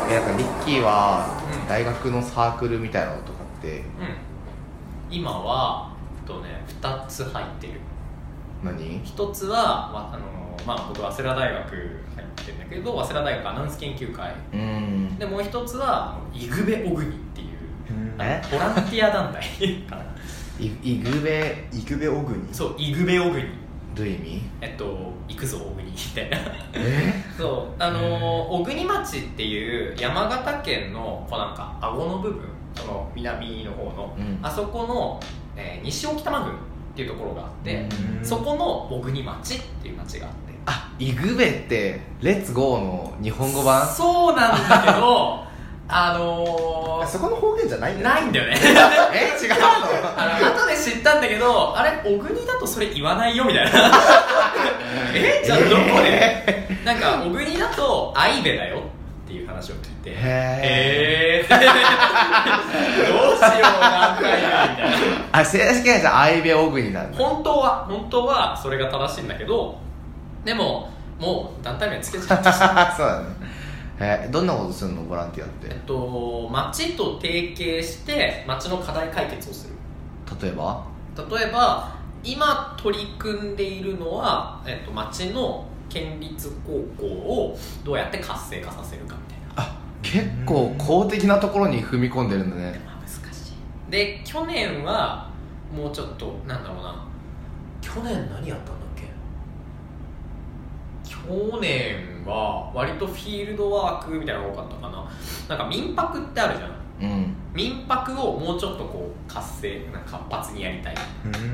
なんかリッキーは大学のサークルみたいなのとかって、 今は2つ入ってる。 何 ？1つは僕早稲田大学入ってるんだけど、早稲田大学アナウンス研究会で、もう1つはイグベオグニっていうボランティア団体かな。 イグベオグニ。 そう、イグベオグニ。 どういう意味？ 行くぞ小国みたいなそう小国町っていう山形県のこうなんか顎の部分、その南の方の、あそこの、西置賜郡っていうところがあって、そこの小国町っていう町があって、 あ、イグベってレッツゴーの日本語版？ そうなんだけどそこの方言じゃないんだよ。 ないんだよね違うの？ 後で知ったんだけど、あれ小国だとそれ言わないよみたいなじゃあどこで、なんか小国だとアイベだよっていう話を聞いて、どうしよう何回かみたいな。 あ、正式なじゃアイベオグニなんだ。 本当はそれが正しいんだけど、でももう団体名つけちゃったしそうだね。どんなことするのボランティアって？ 町と提携して町の課題解決をする。 例えば今取り組んでいるのは、町の県立高校をどうやって活性化させるかみたいな。 あ、結構公的なところに踏み込んでるんだね。 難しい。で去年はもうちょっとなんだろうな、去年何やったんだっけ。去年は割とフィールドワークみたいなのが多かったかな。なんか民泊ってあるじゃん。民泊をもうちょっとこう活発にやりたい。で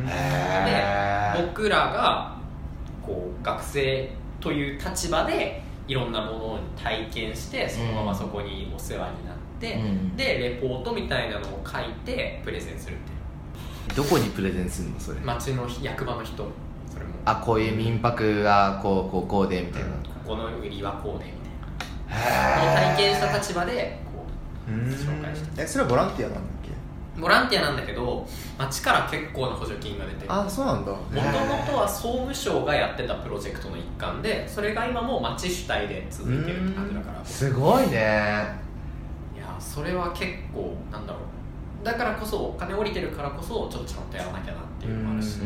僕らがこう学生という立場でいろんなものを体験して、そのままそこにお世話になって、でレポートみたいなのを書いてプレゼンするっていう。 どこにプレゼンするのそれ？ 町の役場の人。それもこういう民泊がこうでみたいな、ここの売りはこうでみたいな。体験した立場でこう紹介して。 それはボランティアなんだっけ？ ボランティアなんだけど、町から結構な補助金が出てる。 あ、そうなんだ。 もともとは総務省がやってたプロジェクトの一環で、それが今も町主体で続いてるって感じだから。 すごいね。 いや、それは結構なんだろう、だからこそお金降りてるからこそちょっとちゃんとやらなきゃなっていうのもあるし。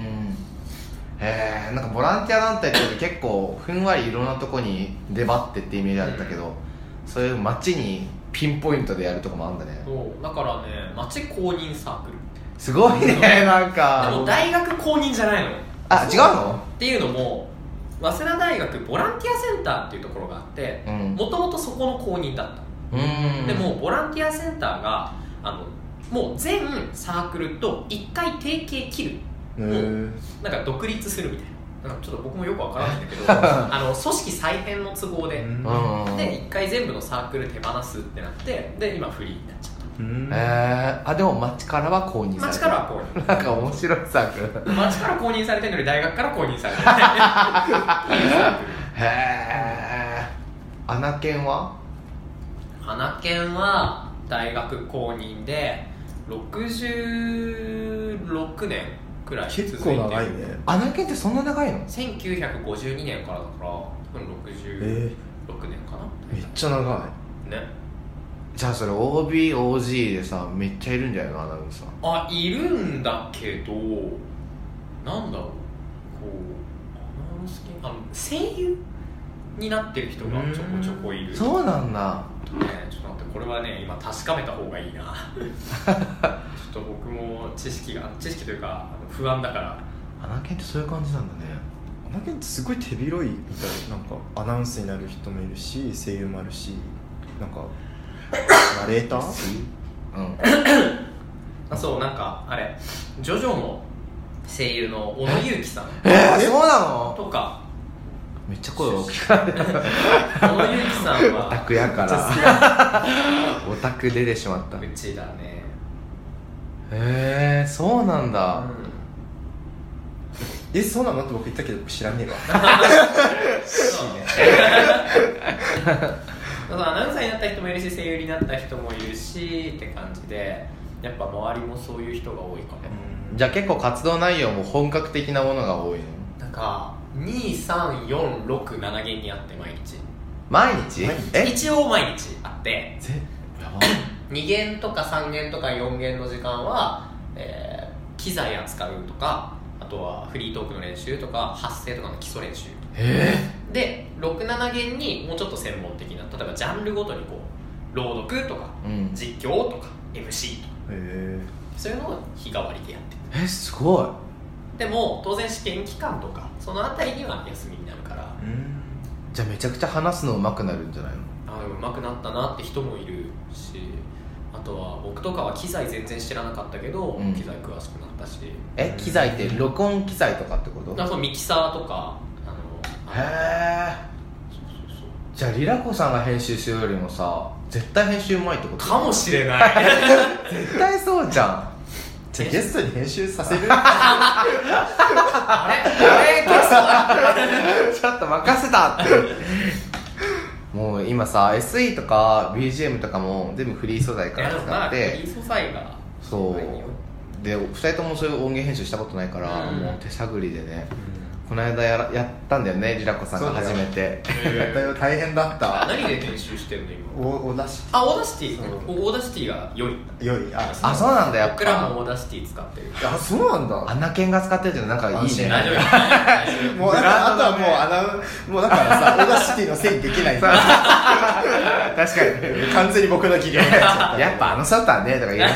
なんかボランティア団体って結構ふんわりいろんなとこに出張ってってイメージあったけど、そういう町にピンポイントでやるとこもあるんだね。 そうだからね、町公認サークルすごいね。なんかでも大学公認じゃないの。 あ、違うの？ っていうのも早稲田大学ボランティアセンターっていうところがあって、もともとそこの公認だった。でもボランティアセンターがもう全サークルと一回提携切る、なんか独立するみたいな。なんかちょっと僕もよくわからないんだけど組織再編の都合で一回全部のサークル手放すってなって、で今フリーになっちゃった。 でも町からは公認されてる。 町からは公認。 なんか面白いサークル。 町から公認されてるのに大学から公認されてる穴研は大学公認で66年くらい続いてる。 結構長いね。 穴研ってそんな長いの ？1952年からだから多分66年かな。 めっちゃ長いね。 じゃあそれ OB、OG でさ、めっちゃいるんじゃないのアナウンサー。 いるんだけど、なんだろう、こうアナウンス系声優になってる人がちょこちょこいる。 そうなんだ。 ちょっと待って、これはね今確かめた方がいいなちょっと僕も知識というか不安だから。 穴研ってそういう感じなんだね。 穴研ってすごい手広いみたい。なんかアナウンスになる人もいるし、声優もあるし、なんかナレーターそう、なんかあれジョジョの声優の小野友樹さんそうなのとか。 めっちゃ声大きくなる。 小野友樹さんはオタクやからオタク出てしまった。 うちだね。 そうなんだ。 そうなのって僕言ったけど知らねえわアナウンサーになった人もいるし、声優になった人もいるしって感じで、やっぱ周りもそういう人が多いかね。 じゃあ結構活動内容も本格的なものが多いの？ なんか2、3、4、6、7限にあって毎日毎日一応毎日あって、 やば 2限とか3限とか4限の時間は、機材扱うとか、あとはフリートークの練習とか発声とかの基礎練習で、67限にもうちょっと専門的な、例えばジャンルごとにこう朗読とか、実況とか MC とか、そういうのを日替わりでやってる。 すごい。 でも当然試験期間とかそのあたりには休みになるから、 じゃあめちゃくちゃ話すの上手くなるんじゃないの？ 上手くなったなって人もいるし、あとは僕とかは機材全然知らなかったけど、機材詳しくなったし。 機材って録音機材とかってこと？ そう、ミキサーとかへえ。じゃあリラコさんが編集するよりもさ、絶対編集うまいってことかもしれない絶対そうじゃん。 じゃあゲストに編集させるあれゲストだちょっと任せたってもう今さ SE とか BGM とかも全部フリー素材から使ってフリー素材がそうで、2人ともそういう音源編集したことないから、もう手探りでね、この間やったんだよね、リラコさんが初めて。 やったよ、大変だった。 何で編集してるの今？ オーダーシティ。 オーダーシティ。オーダーシティが良い。 そうなんだ。やっぱ僕らもオーダーシティ使ってる。 そうなんだ。 アナケンが使ってるってなんかいいね。 大丈夫。 もうあとはもうだからさ、オーダーシティのせいにできない。確かに完全に僕の機嫌になっちゃった。 やっぱソフトはねとか言う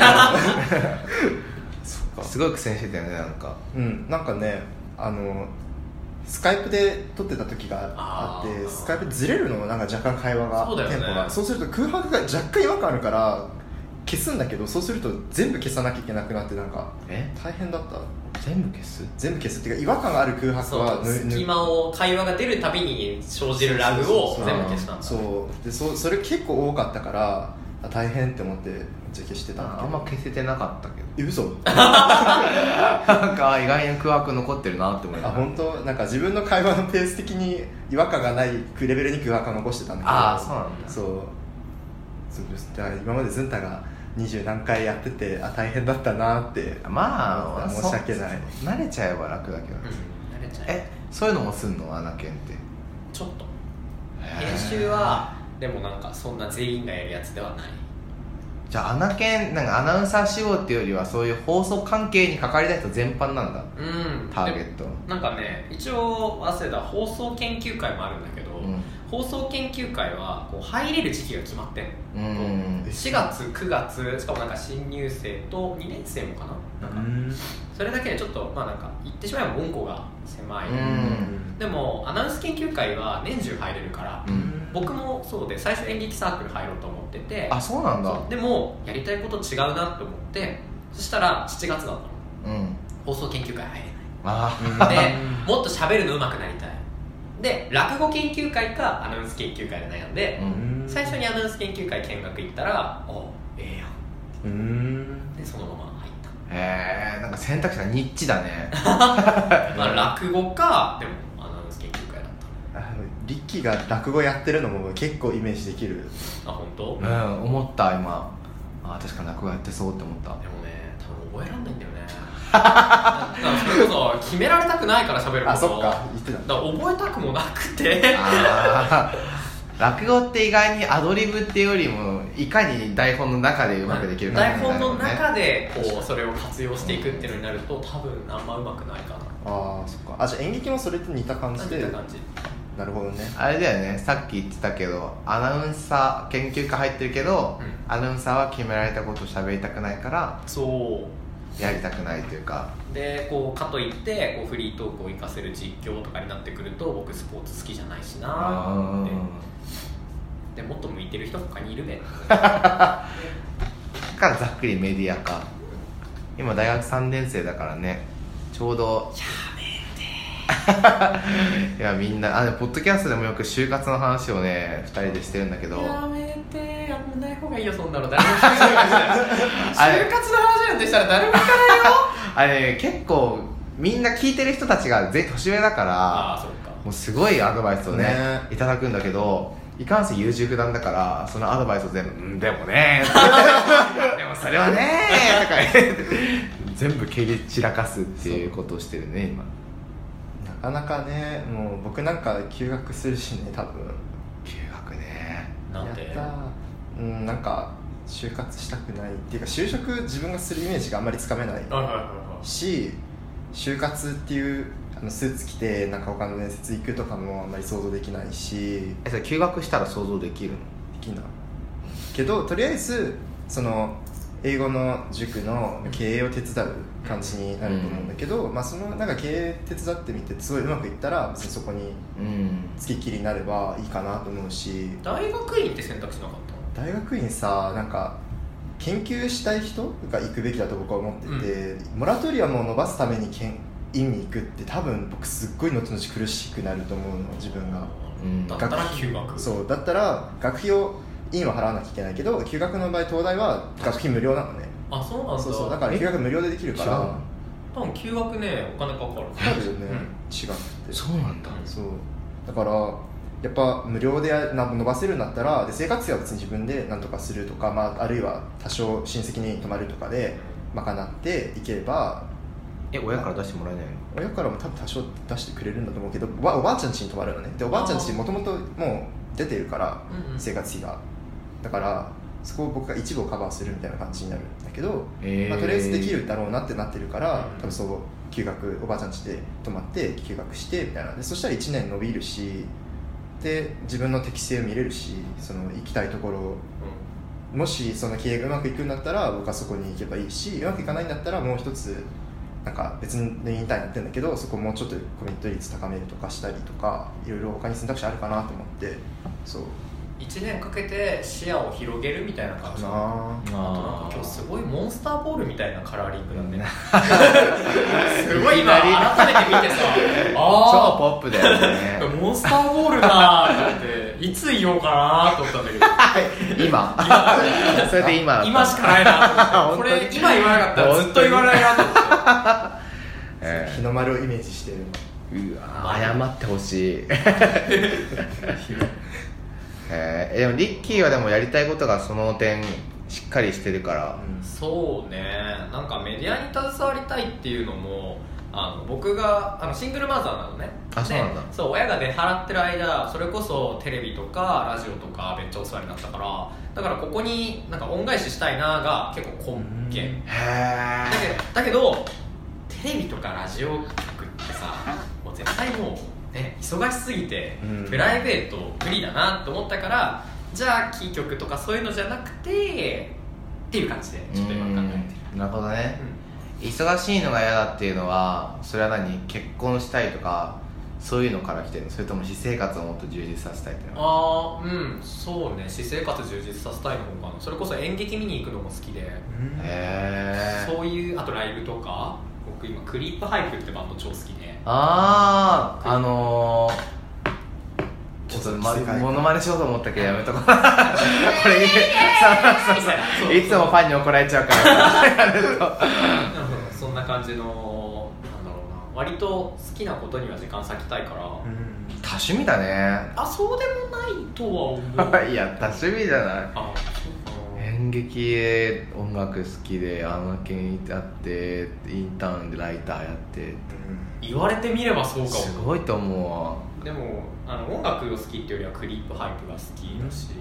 すごい苦戦してたよね、なんか。 なんかね、スカイプで撮ってた時があって、スカイプでずれるのもなんか若干会話が、テンポが、そうすると空白が若干違和感あるから消すんだけど、そうすると全部消さなきゃいけなくなって、なんか大変だった。 全部消すっていうか、違和感がある空白は隙間を、会話が出るたびに生じるラグを全部消したんだ。 そうで、それ結構多かったから大変って思ってめっちゃ消してたんだけど、 あんま消せてなかったけど。 嘘なんか意外に空白残ってるなって思います。 本当？なんか自分の会話のペース的に違和感がないレベルに空白残してたんだけど、 そうなんだ。 そうだから今までズンタが20何回やってて、大変だったなって。 まあ申し訳ない。 慣れちゃえば楽だけど、 慣れちゃえば。 そういうのもすんの？アナケンってちょっと編集はでもなんかそんな全員がやるやつではない。 じゃあアナケンなんかアナウンサー志望っていうよりはそういう放送関係にかかりたい人全般なんだ。ターゲットなんかね、一応早稲田放送研究会もあるんだけど、放送研究会はこう入れる時期が決まってんの。4月9月しかもなんか新入生と2年生もかな、なんかそれだけでちょっとなんか言ってしまえば門戸が狭い。でもアナウンス研究会は年中入れるから、僕もそうで最初演劇サークル入ろうと思ってて、 そうなんだ。 でもやりたいこと違うなって思って、そしたら7月だったの、放送研究会入れない。でもっと喋るの上手くなりたい。で落語研究会かアナウンス研究会で悩んで、最初にアナウンス研究会見学行ったらええやんでそのまま入った。 なんか選択肢がニッチだね落語かでもアナウンス研究会だった。 リッキーが落語やってるのも結構イメージできる。 本当？ 思った今。確かに落語やってそうって思った。 でもね、多分覚えらんないんだよねだからそれこそ決められたくないから喋ること。 そっか、言ってた。 だから覚えたくもなくて落語って意外にアドリブっていうよりもいかに台本の中でうまくできるか、 台本の中でこうそれを活用していくっていうのになると多分あんまうまくないかな。 そっか。じゃあ演劇もそれと似た感じで。 似た感じ。 なるほどね。 あれだよね、さっき言ってたけどアナウンサー研究会入ってるけど、アナウンサーは決められたことを喋りたくないからやりたくないというかで、こうかといってこうフリートークを活かせる実況とかになってくると僕スポーツ好きじゃないしなってでもっと向いてる人他にいるべからざっくりメディアか。今大学3年生だからね、ちょうどいやみんなポッドキャストでもよく就活の話をね2人でしてるんだけど、 やめて、やめない方がいいよ、そんなの誰も聞かない就活の話なんてしたら誰も聞かないよ結構みんな聞いてる人たちが全員年上だから、 そうか、 もうすごいアドバイスをねいただくんだけど、いかんせん優柔不断だからそのアドバイスを全部でもねでもそれはねとか全部蹴り散らかすっていうことをしてるね今。 なかなかね、もう僕なんか休学するしね、多分。 休学なんでなんか就活したくないっていうか就職自分がするイメージがあんまりつかめないし、就活っていうスーツ着てなんか他の面接行くとかもあんまり想像できないし。 それ休学したら想像できるの？ できないけどとりあえずその英語の塾の経営を手伝う感じになると思うんだけど、そのなんか経営手伝ってみてすごいうまくいったら別にそこに付きっきりになればいいかなと思うし。 大学院って選択肢なかった？ 大学院さ、なんか研究したい人が行くべきだと僕は思ってて、モラトリアムを伸ばすために院に行くって多分僕すっごい後々苦しくなると思うの自分が。 だったら休学。 そうだったら学費を院は払わなきゃいけないけど、休学の場合東大は学費無料なのね。 あ、そうなんだ。 そうだから休学無料でできるから。 多分休学ねお金かかる。 かかるよね、違って。 そうなんだ。 そうだからやっぱ無料で伸ばせるんだったら、で生活費は別に自分で何とかするとか、あるいは多少親戚に泊まるとかで賄っていければ。 親から出してもらえないの？ 親からも多分多少出してくれるんだと思うけど、おばあちゃん家に泊まるのね。でおばあちゃん家もともともう出てるから、生活費がだからそこを僕が一部をカバーするみたいな感じになるんだけど、とりあえずできるだろうなってなってるから、多分そう休学、おばあちゃん家で泊まって休学してみたいな。でそしたら1年伸びるし、で自分の適性を見れるし、その行きたいところ、もしその経営がうまくいくんだったら僕はそこに行けばいいし、うまくいかないんだったらもう一つなんか別にインターンやってるんだけど、そこもうちょっとコミット率高めるとかしたりとか、いろいろ他に選択肢あるかなと思って。そう 1年かけて視野を広げるみたいな感じ。あとなんか今日すごいモンスターボールみたいなカラーリングだね。すごい今改めて見てさ、 超ポップだよね。 モンスターボールだーっていつ言おうかなと思ったんだけど今それで今しかないなと思ってこれ今言わなかったらずっと言わないなと思って日の丸をイメージしてる。 うわ謝ってほしい。でもリッキーはでもやりたいことがその点しっかりしてるから、 そうね。なんかメディアに携わりたいっていうのも僕がシングルマザーなのね。 そうなんだ。 そう親が出払ってる間それこそテレビとかラジオとかめっちゃお世話になったから、だからここになんか恩返ししたいなが結構根源。だけどテレビとかラジオ局ってさ、もう絶対もう忙しすぎてプライベート無理だなと思ったから、じゃあキー局とかそういうのじゃなくてっていう感じでちょっと今考えてる。 なるほどね、忙しいのが嫌だっていうのはそれは何、結婚したいとかそういうのから来てるの？それとも私生活をもっと充実させたいっていうの？ そうね、私生活充実させたいの方かな。それこそ演劇見に行くのも好きで、そういうあとライブとか、僕今クリップハイプってバンド超好きで、 ちょっとモノマネしようと思ったけどやめとこう。これそういつもファンに怒られちゃうからそんな感じのなんだろうな、割と好きなことには時間割きたいから、 多趣味だね。 そうでもないとは思う。 いや多趣味じゃない。演劇音楽好きで県にあってインターンでライターやって、 言われてみればそうかも。 すごいと思うわ。 でも音楽を好きっていうよりはクリップハイプが好きだし、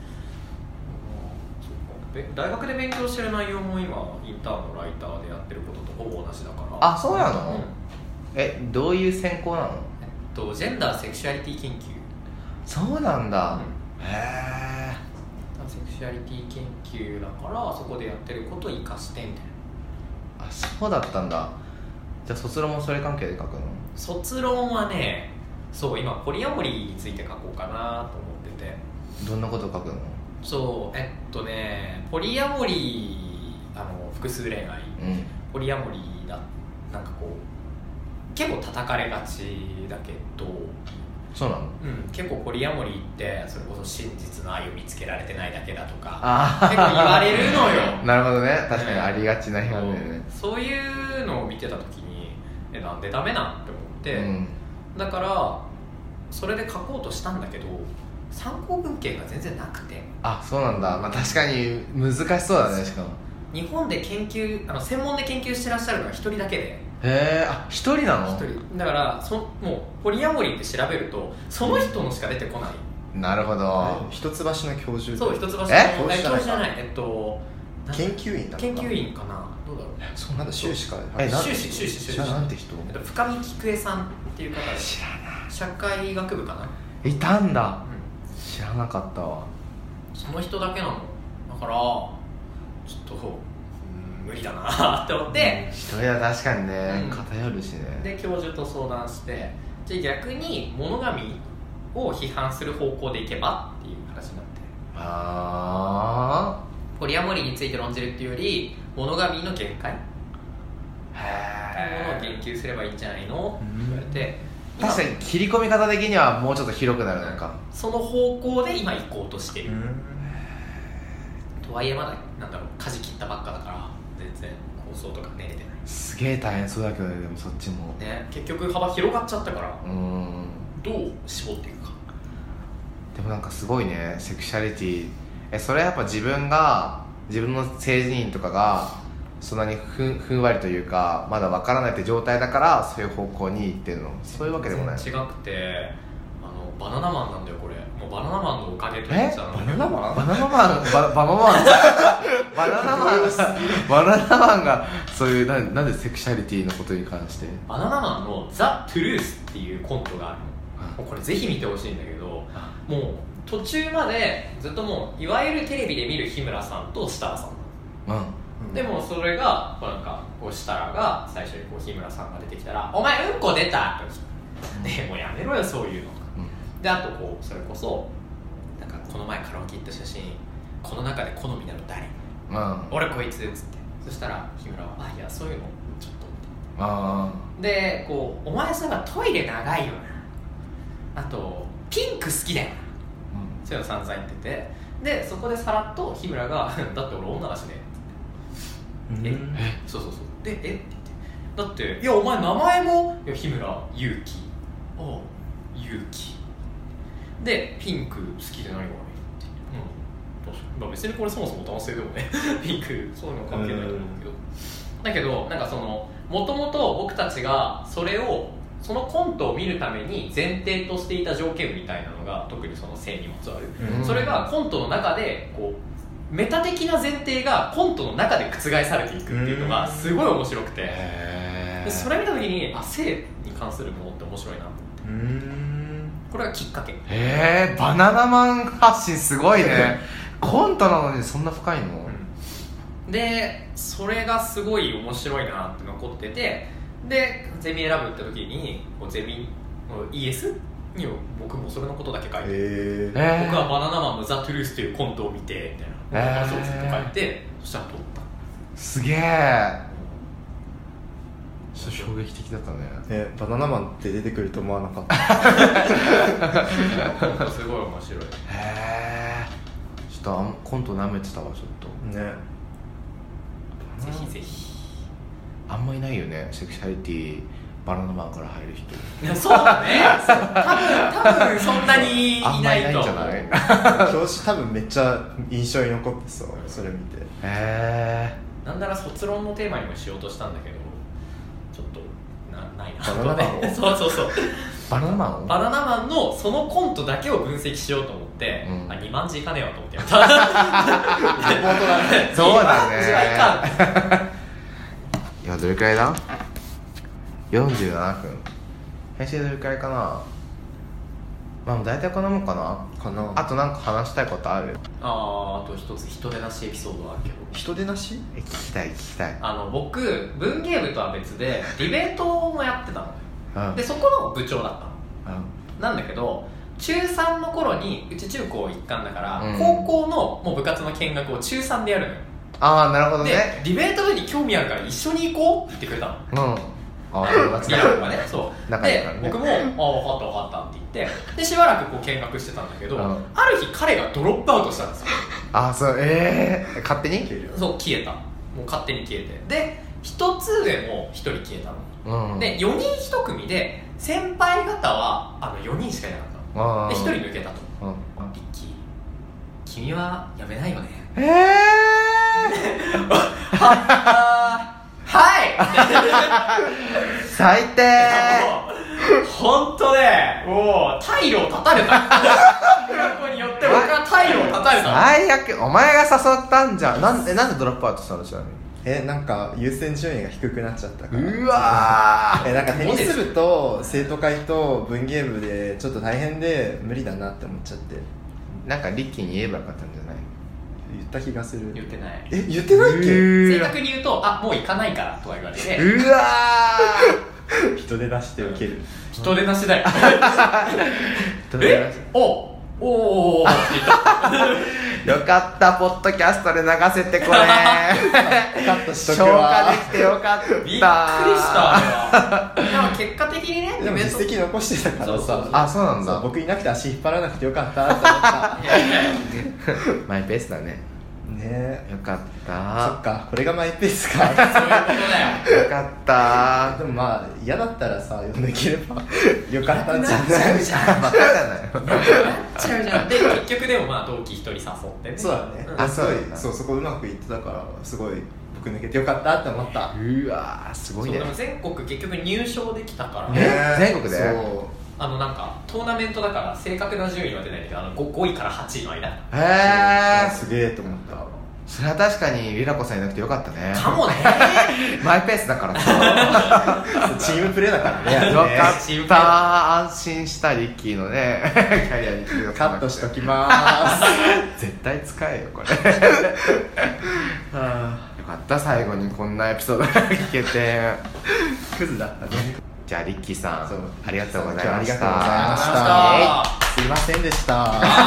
大学で勉強してる内容も今インターンのライターでやってることとほぼ同じだから。 そうなの？どういう専攻なの？ ジェンダーセクシュアリティ研究。 そうなんだ、へえ。 セクシュアリティ研究だからそこでやってることを生かしてみたいな。 そうだったんだ。じゃあ卒論もそれ関係で書くの？卒論はね、そう今ポリアモリーについて書こうかなと思ってて。 どんなこと書くの？ ポリアモリー複数恋愛、ポリアモリーだ、なんかこう結構叩かれがちだけど。 そうなの？ 結構ポリアモリーってそれこそ真実の愛を見つけられてないだけだとか結構言われるのよ。 なるほどね、確かにありがちな表現ね。 そういうのを見てた時になんでダメなんって思って、だからそれで書こうとしたんだけど参考文献が全然なくて。 そうなんだ。確かに難しそうだね。しかも日本で研究専門で研究してらっしゃるのが1人だけで。 一人なの？ 一人だからもうポリアモリーって調べるとその人のしか出てこない。 なるほど。 一橋の教授。 そう、一橋の教授じゃない、 研究員だ。 研究員かな、どうだろう。 そうなんだ、修士か。 修士なんて人？ 深見菊江さんっていう方で、 知らない。 社会学部かな。 いたんだ。知らなかったわ。 その人だけなの。だからちょっと無理だなって思って。 一人は確かにね、偏るしね。 で教授と相談して、じゃあ逆に物神を批判する方向でいけばっていう話になって。ポリアモリーについて論じるっていうより物神の限界っていうものを言及すればいいんじゃないのって言われて、 確かに切り込み方的にはもうちょっと広くなるのか。 その方向で今行こうとしてる。とはいえまだなんだろう、舵切ったばっかだから全然構想とか練れてない。 すげえ大変そうだけどね、でもそっちもね、結局幅広がっちゃったから、どう絞っていくか。 でもなんかすごいね、セクシャリティ、それはやっぱ自分の性自認とかがそんなにふんわりというかまだ分からないって状態だからそういう方向に行ってるの？そういうわけでもない。 違くて、バナナマンなんだよこれ。もうバナナマンのおかげと言っちゃうの。 バナナマンがそういうなんでセクシャリティのことに関して。 バナナマンのザ・トゥルースっていうコントがあるの。もうこれぜひ見てほしいんだけど、もう途中までずっともういわゆるテレビで見る日村さんと設楽さん、でもそれがなんかこう設楽が最初にこう日村さんが出てきたら「お前うんこ出た!」ってもうやめろよそういうの、であとこうそれこそなんかこの前カラオケ行った写真この中で好みなの誰、俺こいつっつって、そしたら日村は「いやそういうのちょっと」でこう「お前さがトイレ長いよな、あとピンク好きだよな」そういうの散々言ってて、でそこでさらっと日村が「だって俺女だしね」そうでって言って、だっていやお前名前もいや日村勇気、勇気でピンク好きで何が悪いって言って、別にこれそもそも男性でもねピンクそういうの関係ないと思うけど、だけどなんかそのもともと僕たちがそのコントを見るために前提としていた条件みたいなのが特にその性にまつわる、それがコントの中でこうメタ的な前提がコントの中で覆されていくっていうのがすごい面白くて、でそれ見た時に性に関するものって面白いなと思って、これがきっかけ。 バナナマン発信すごいねコントなのにそんな深いの、 でそれがすごい面白いなって残ってて、でゼミ選ぶって時にゼミの ES に僕もそれのことだけ書いて、僕はバナナマンのザ・トゥルースというコントを見てみたいな話をずっと書いて、そしたら撮った。すげえ、 ちょっと衝撃的だったね。 バナナマンって出てくると思わなかったすごい面白い。 ちょっとコント舐めてたわちょっとね。 ぜひぜひ。 あんまいないよね、セクシャリティバナナマンから入る人。 そうだね多分そんなにいないと思う。 教師多分めっちゃ印象に残ってそう、それ見て。 なんなら卒論のテーマにもしようとしたんだけどちょっとないなバナナマンをそうバナナマンをバナナマンのそのコントだけを分析しようと思って、2万字いかねえわと思ってやったリポートだね。 そうだね。 2万字はいかん。 いやどれくらいだ？47分。編集どれくらいかな。まあ大体こんなもんかな。あとなんか話したいことある？ あと一つ人手なしエピソードはあるけど。 人手なし？ 聞きたい僕文芸部とは別でディベートもやってたの、でそこの部長だったの、なんだけど中3の頃にうち中高一貫だから、高校のもう部活の見学を中3でやるのよ。 なるほどね。 でディベート部に興味あるから一緒に行こうって言ってくれたの。リラとかね。そうで僕も分かったって言って、でしばらくこう見学してたんだけど、ある日彼がドロップアウトしたんですよ。 そう勝手に？ そう消えた。もう勝手に消えて、で一つでも一人消えたの、で4人1組で先輩方は4人しかいなかったので1人抜けたと。リッキー君はやめないよね。はい最低本当ね、もう退路を断たれた太陽たたいた最悪。お前が誘ったんじゃん。なんでドロップアウトしたの？ちなみになんか優先順位が低くなっちゃったから。 うわーなんかテニス部と生徒会と文芸部でちょっと大変で無理だなって思っちゃって。 なんかリッキーに言えばよかったんじゃない？ 言った気がする。 言ってない。 言ってないっけ？ 正確に言うと、もう行かないからとは言われて、 うわー人手出して受ける。 人手なしだよ。おーって言ったよかった、ポッドキャストで流せてこれカットしとく消わ。 化できてよかった。 びっくりしたでも結果的にね、 でも実績残してたからさ。 あ、そうなんだ。 僕いなくて足引っ張らなくてよかったって思ったマイペースだね。 ねえ、 よかったそっか、これがマイペースか。 そういうことだよ。 よかったでもまあ嫌だったらさ、呼んでければよかったんじゃない？ バカじゃないちゃうじゃん。で結局でもまあ同期一人誘ってね。 そうだね。すごい、そこうまくいってたからすごい僕抜けてよかったって思った。 うわー、すごいね。 でも全国結局入賞できたから全国で？ そうなんかトーナメントだから正確な順位は出ないけど5位から8位の間。 へー、 すげえと思った。 それは確かにリラコさんいなくてよかったね。 かもねマイペースだからさチームプレーだからね。 よかった安心したリッキーのねキャリアにカットしときまーす絶対使えよこれよかった最後にこんなエピソードが聞けてクズだったね。 じゃあリッキーさんありがとうございました。 ありがとうございました。すいませんでした。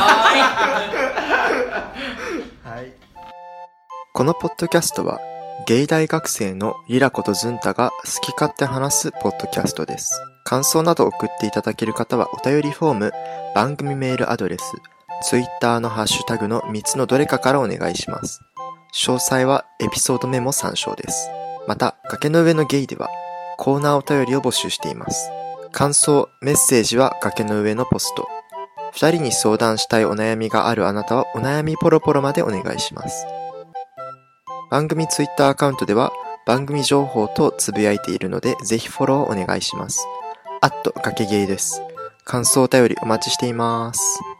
はい。このポッドキャストはゲイ大学生のリラコとズンタが好き勝手話すポッドキャストです。感想など送っていただける方はお便りフォーム、番組メールアドレス、ツイッターのハッシュタグの3つのどれかからお願いします。詳細はエピソードメモ参照です。また、崖の上のゲイではコーナーお便りを募集しています。感想、メッセージは崖の上のポスト。2人に相談したいお悩みがあるあなたはお悩みポロポロまでお願いします。番組ツイッターアカウントでは番組情報とつぶやいているのでぜひフォローお願いします。@崖ゲイです。感想お便りお待ちしています。